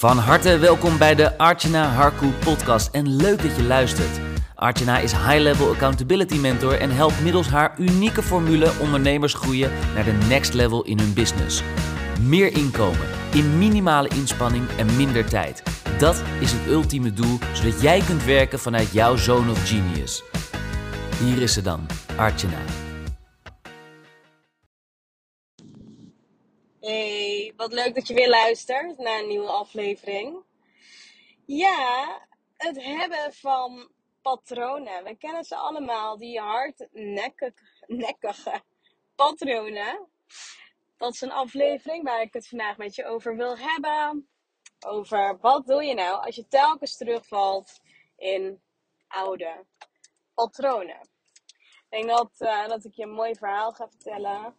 Van harte welkom bij de Archana Harku podcast en leuk dat je luistert. Archana is High-Level Accountability Mentor en helpt middels haar unieke formule ondernemers groeien naar de next level in hun business. Meer inkomen, in minimale inspanning en minder tijd. Dat is het ultieme doel, zodat jij kunt werken vanuit jouw zone of genius. Hier is ze dan, Archana. Hey, wat leuk dat je weer luistert naar een nieuwe aflevering. Ja, het hebben van patronen. We kennen ze allemaal, die hardnekkige patronen. Dat is een aflevering waar ik het vandaag met je over wil hebben. Over wat doe je nou als je telkens terugvalt in oude patronen. Ik denk dat ik je een mooi verhaal ga vertellen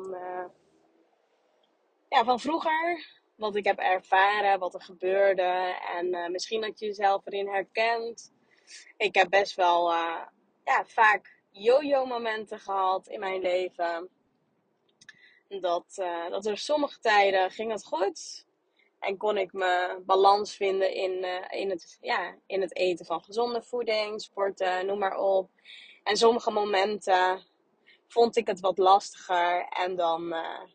van vroeger, wat ik heb ervaren, wat er gebeurde. En misschien dat je jezelf erin herkent. Ik heb best wel vaak yo-yo momenten gehad in mijn leven. Dat er sommige tijden ging het goed. En kon ik mijn balans vinden in het eten van gezonde voeding, sporten, noem maar op. En sommige momenten vond ik het wat lastiger. En dan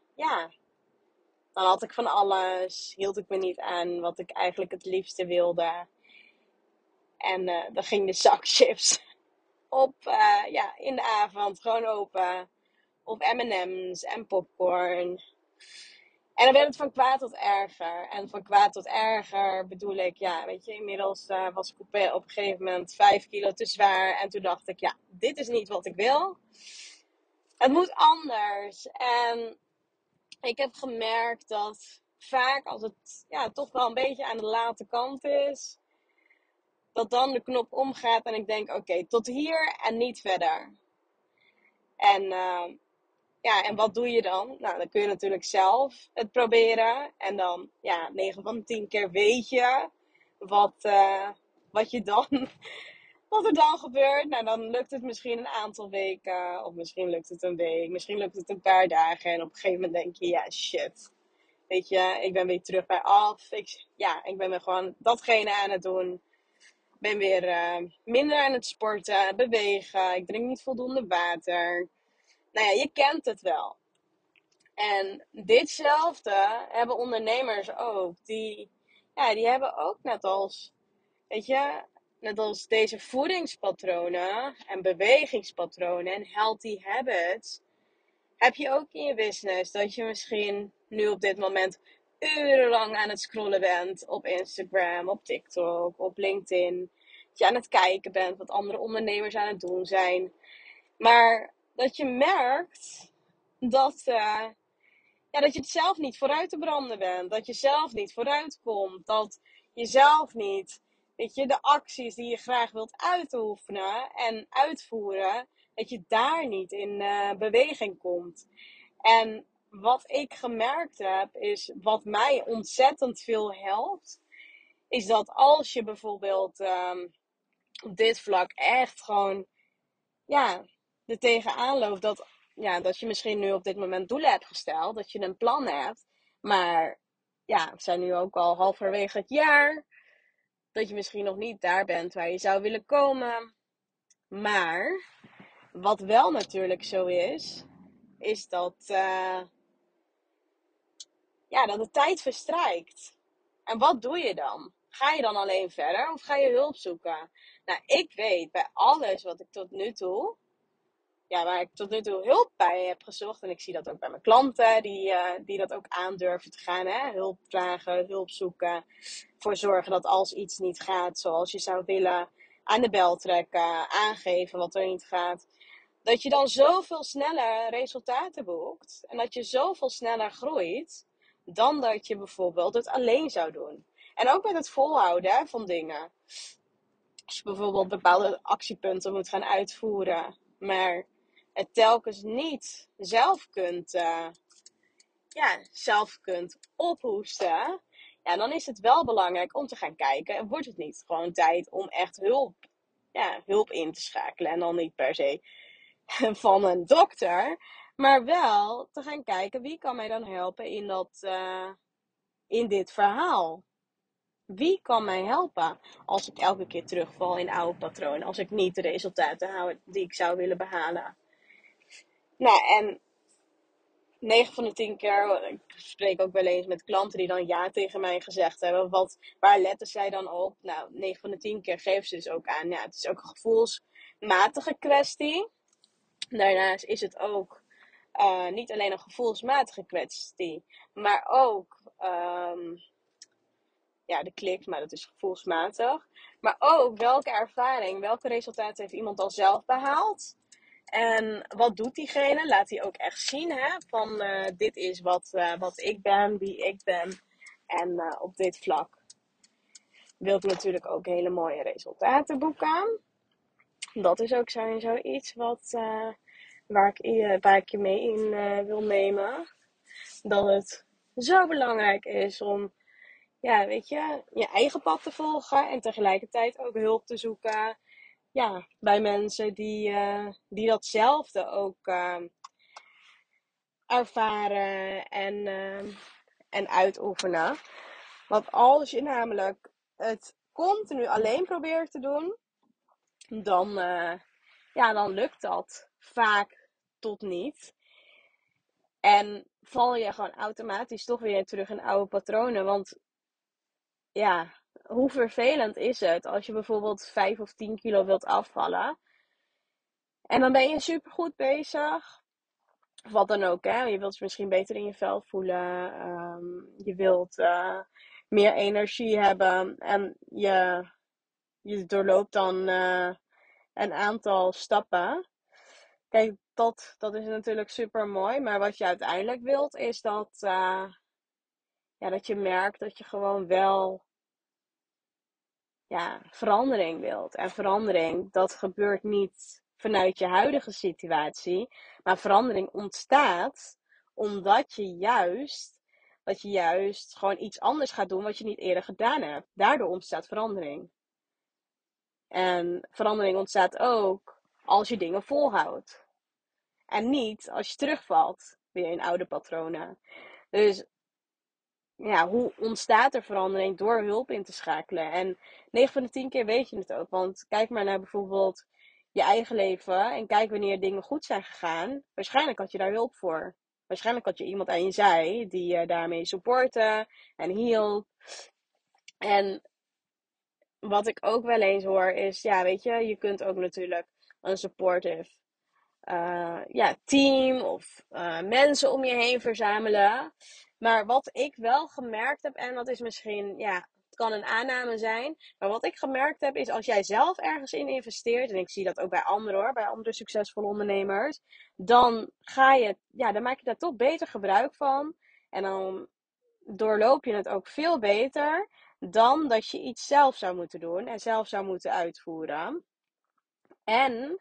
had ik van alles, hield ik me niet aan wat ik eigenlijk het liefste wilde. En dan ging de zak chips in de avond gewoon open. Of M&M's en popcorn. En dan werd het van kwaad tot erger. En van kwaad tot erger bedoel ik, inmiddels was ik op een gegeven moment 5 kilo te zwaar. En toen dacht ik, dit is niet wat ik wil. Het moet anders. En ik heb gemerkt dat vaak als het toch wel een beetje aan de late kant is, dat dan de knop omgaat en ik denk, oké, tot hier en niet verder. En wat doe je dan? Nou, dan kun je natuurlijk zelf het proberen. En dan, 9 van de 10 keer weet je wat er dan gebeurt. Nou, dan lukt het misschien een aantal weken. Of misschien lukt het een week. Misschien lukt het een paar dagen. En op een gegeven moment denk je, shit. Weet je, ik ben weer terug bij af. Ik ben weer gewoon datgene aan het doen. Ik ben weer minder aan het sporten, bewegen. Ik drink niet voldoende water. Nou ja, je kent het wel. En ditzelfde hebben ondernemers ook. Die hebben ook net als deze voedingspatronen en bewegingspatronen en healthy habits, heb je ook in je business dat je misschien nu op dit moment urenlang aan het scrollen bent op Instagram, op TikTok, op LinkedIn. Dat je aan het kijken bent wat andere ondernemers aan het doen zijn. Maar dat je merkt dat je het zelf niet vooruit te branden bent. Dat je zelf niet vooruit komt. Dat je zelf niet, de acties die je graag wilt uitoefenen en uitvoeren, dat je daar niet in beweging komt. En wat ik gemerkt heb, is wat mij ontzettend veel helpt, is dat als je bijvoorbeeld op dit vlak echt gewoon er tegenaan loopt dat je misschien nu op dit moment doelen hebt gesteld, dat je een plan hebt, maar we zijn nu ook al halverwege het jaar, dat je misschien nog niet daar bent waar je zou willen komen. Maar wat wel natuurlijk zo is dat dat de tijd verstrijkt. En wat doe je dan? Ga je dan alleen verder of ga je hulp zoeken? Nou, ik weet bij alles wat ik tot nu toe, waar ik tot nu toe hulp bij heb gezocht. En ik zie dat ook bij mijn klanten, die dat ook aandurven te gaan. Hè? Hulp vragen, hulp zoeken. Voor zorgen dat als iets niet gaat zoals je zou willen, aan de bel trekken, aangeven wat er niet gaat. Dat je dan zoveel sneller resultaten boekt. En dat je zoveel sneller groeit dan dat je bijvoorbeeld het alleen zou doen. En ook met het volhouden van dingen. Als je bijvoorbeeld bepaalde actiepunten moet gaan uitvoeren, maar het telkens niet zelf kunt ophoesten, dan is het wel belangrijk om te gaan kijken. En wordt het niet gewoon tijd om echt hulp in te schakelen. En dan niet per se van een dokter, maar wel te gaan kijken wie kan mij dan helpen in dit verhaal. Wie kan mij helpen als ik elke keer terugval in oude patronen? Als ik niet de resultaten hou die ik zou willen behalen. Nou, en 9 van de 10 keer, ik spreek ook wel eens met klanten die dan ja tegen mij gezegd hebben. Waar letten zij dan op? Nou, 9 van de 10 keer geven ze dus ook aan. Ja, het is ook een gevoelsmatige kwestie. Daarnaast is het ook niet alleen een gevoelsmatige kwestie, maar ook de klik, maar dat is gevoelsmatig. Maar ook welke ervaring, welke resultaten heeft iemand al zelf behaald? En wat doet diegene? Laat hij ook echt zien, hè? Van dit is wat ik ben, wie ik ben. En op dit vlak wil ik natuurlijk ook hele mooie resultaten boeken. Dat is ook sowieso iets waar ik je mee in wil nemen. Dat het zo belangrijk is om, ja, weet je eigen pad te volgen. En tegelijkertijd ook hulp te zoeken, ja, bij mensen die datzelfde ook ervaren en uitoefenen. Want als je namelijk het continu alleen probeert te doen, dan lukt dat vaak tot niet. En val je gewoon automatisch toch weer terug in oude patronen. Want ja, hoe vervelend is het als je bijvoorbeeld 5 of 10 kilo wilt afvallen. En dan ben je supergoed bezig. Of wat dan ook, hè. Je wilt je misschien beter in je vel voelen. Je wilt meer energie hebben. En je doorloopt dan een aantal stappen. Kijk, dat is natuurlijk super mooi. Maar wat je uiteindelijk wilt, is dat je merkt dat je gewoon wel verandering wilt. En verandering, dat gebeurt niet vanuit je huidige situatie. Maar verandering ontstaat omdat je juist gewoon iets anders gaat doen wat je niet eerder gedaan hebt. Daardoor ontstaat verandering. En verandering ontstaat ook als je dingen volhoudt. En niet als je terugvalt weer in oude patronen. Dus ja, hoe ontstaat er verandering? Door hulp in te schakelen. En 9 van de 10 keer weet je het ook. Want kijk maar naar bijvoorbeeld je eigen leven. En kijk wanneer dingen goed zijn gegaan. Waarschijnlijk had je daar hulp voor. Waarschijnlijk had je iemand aan je zij die je daarmee supportte en hielp. En wat ik ook wel eens hoor is, ja, weet je kunt ook natuurlijk een supportive team of mensen om je heen verzamelen. Maar wat ik wel gemerkt heb, en dat is misschien, het kan een aanname zijn. Maar wat ik gemerkt heb is als jij zelf ergens in investeert. En ik zie dat ook bij anderen hoor, bij andere succesvolle ondernemers. Dan dan maak je daar toch beter gebruik van. En dan doorloop je het ook veel beter dan dat je iets zelf zou moeten doen en zelf zou moeten uitvoeren. En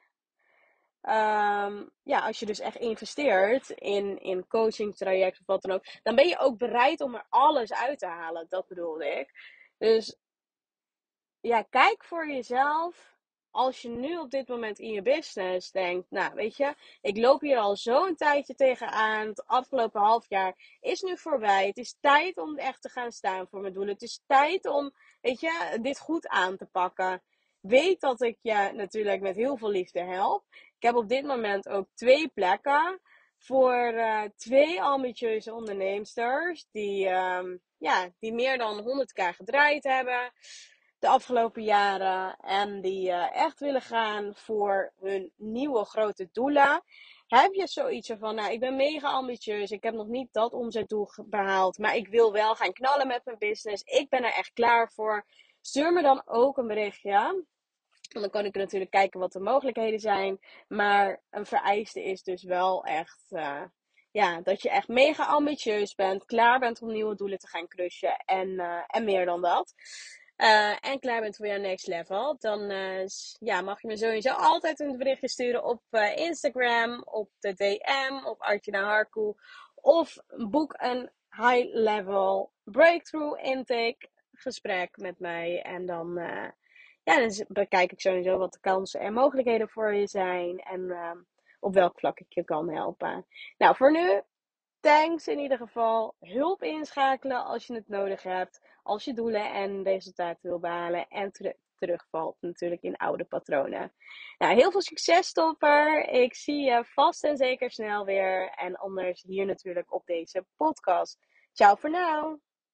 als je dus echt investeert in coaching traject of wat dan ook, dan ben je ook bereid om er alles uit te halen. Dat bedoelde ik. Dus ja, kijk voor jezelf. Als je nu op dit moment in je business denkt, nou weet je, ik loop hier al zo'n tijdje tegenaan. Het afgelopen half jaar is nu voorbij. Het is tijd om echt te gaan staan voor mijn doelen. Het is tijd om, weet je, dit goed aan te pakken. Weet dat ik je natuurlijk met heel veel liefde help. Ik heb op dit moment ook 2 plekken voor 2 ambitieuze onderneemsters die meer dan 100k gedraaid hebben de afgelopen jaren en die echt willen gaan voor hun nieuwe grote doelen. Heb je zoiets van, nou, ik ben mega ambitieus, ik heb nog niet dat omzetdoel behaald, maar ik wil wel gaan knallen met mijn business, ik ben er echt klaar voor. Stuur me dan ook een berichtje. En dan kan ik natuurlijk kijken wat de mogelijkheden zijn. Maar een vereiste is dus wel echt dat je echt mega ambitieus bent. Klaar bent om nieuwe doelen te gaan crushen. En meer dan dat. En klaar bent voor jouw next level. Dan mag je me sowieso altijd een berichtje sturen op Instagram. Op de DM. Op Artjana Harku. Of boek een high level breakthrough intake gesprek met mij. En dan bekijk ik sowieso wat de kansen en mogelijkheden voor je zijn. En op welk vlak ik je kan helpen. Nou, voor nu, thanks in ieder geval. Hulp inschakelen als je het nodig hebt. als je doelen en resultaten wil behalen en terugvalt natuurlijk in oude patronen. Nou, heel veel succes, topper. Ik zie je vast en zeker snel weer. En anders hier natuurlijk op deze podcast. Ciao voor nu.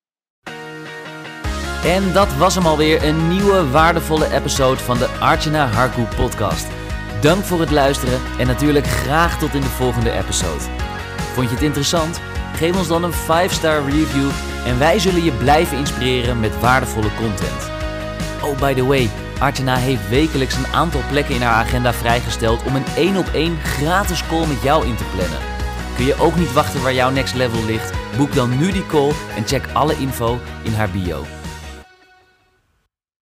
En dat was hem alweer, een nieuwe waardevolle episode van de Archana Harku podcast. Dank voor het luisteren en natuurlijk graag tot in de volgende episode. Vond je het interessant? Geef ons dan een 5-star review en wij zullen je blijven inspireren met waardevolle content. Oh, by the way, Archana heeft wekelijks een aantal plekken in haar agenda vrijgesteld om een 1-op-1 gratis call met jou in te plannen. Kun je ook niet wachten waar jouw next level ligt? Boek dan nu die call en check alle info in haar bio.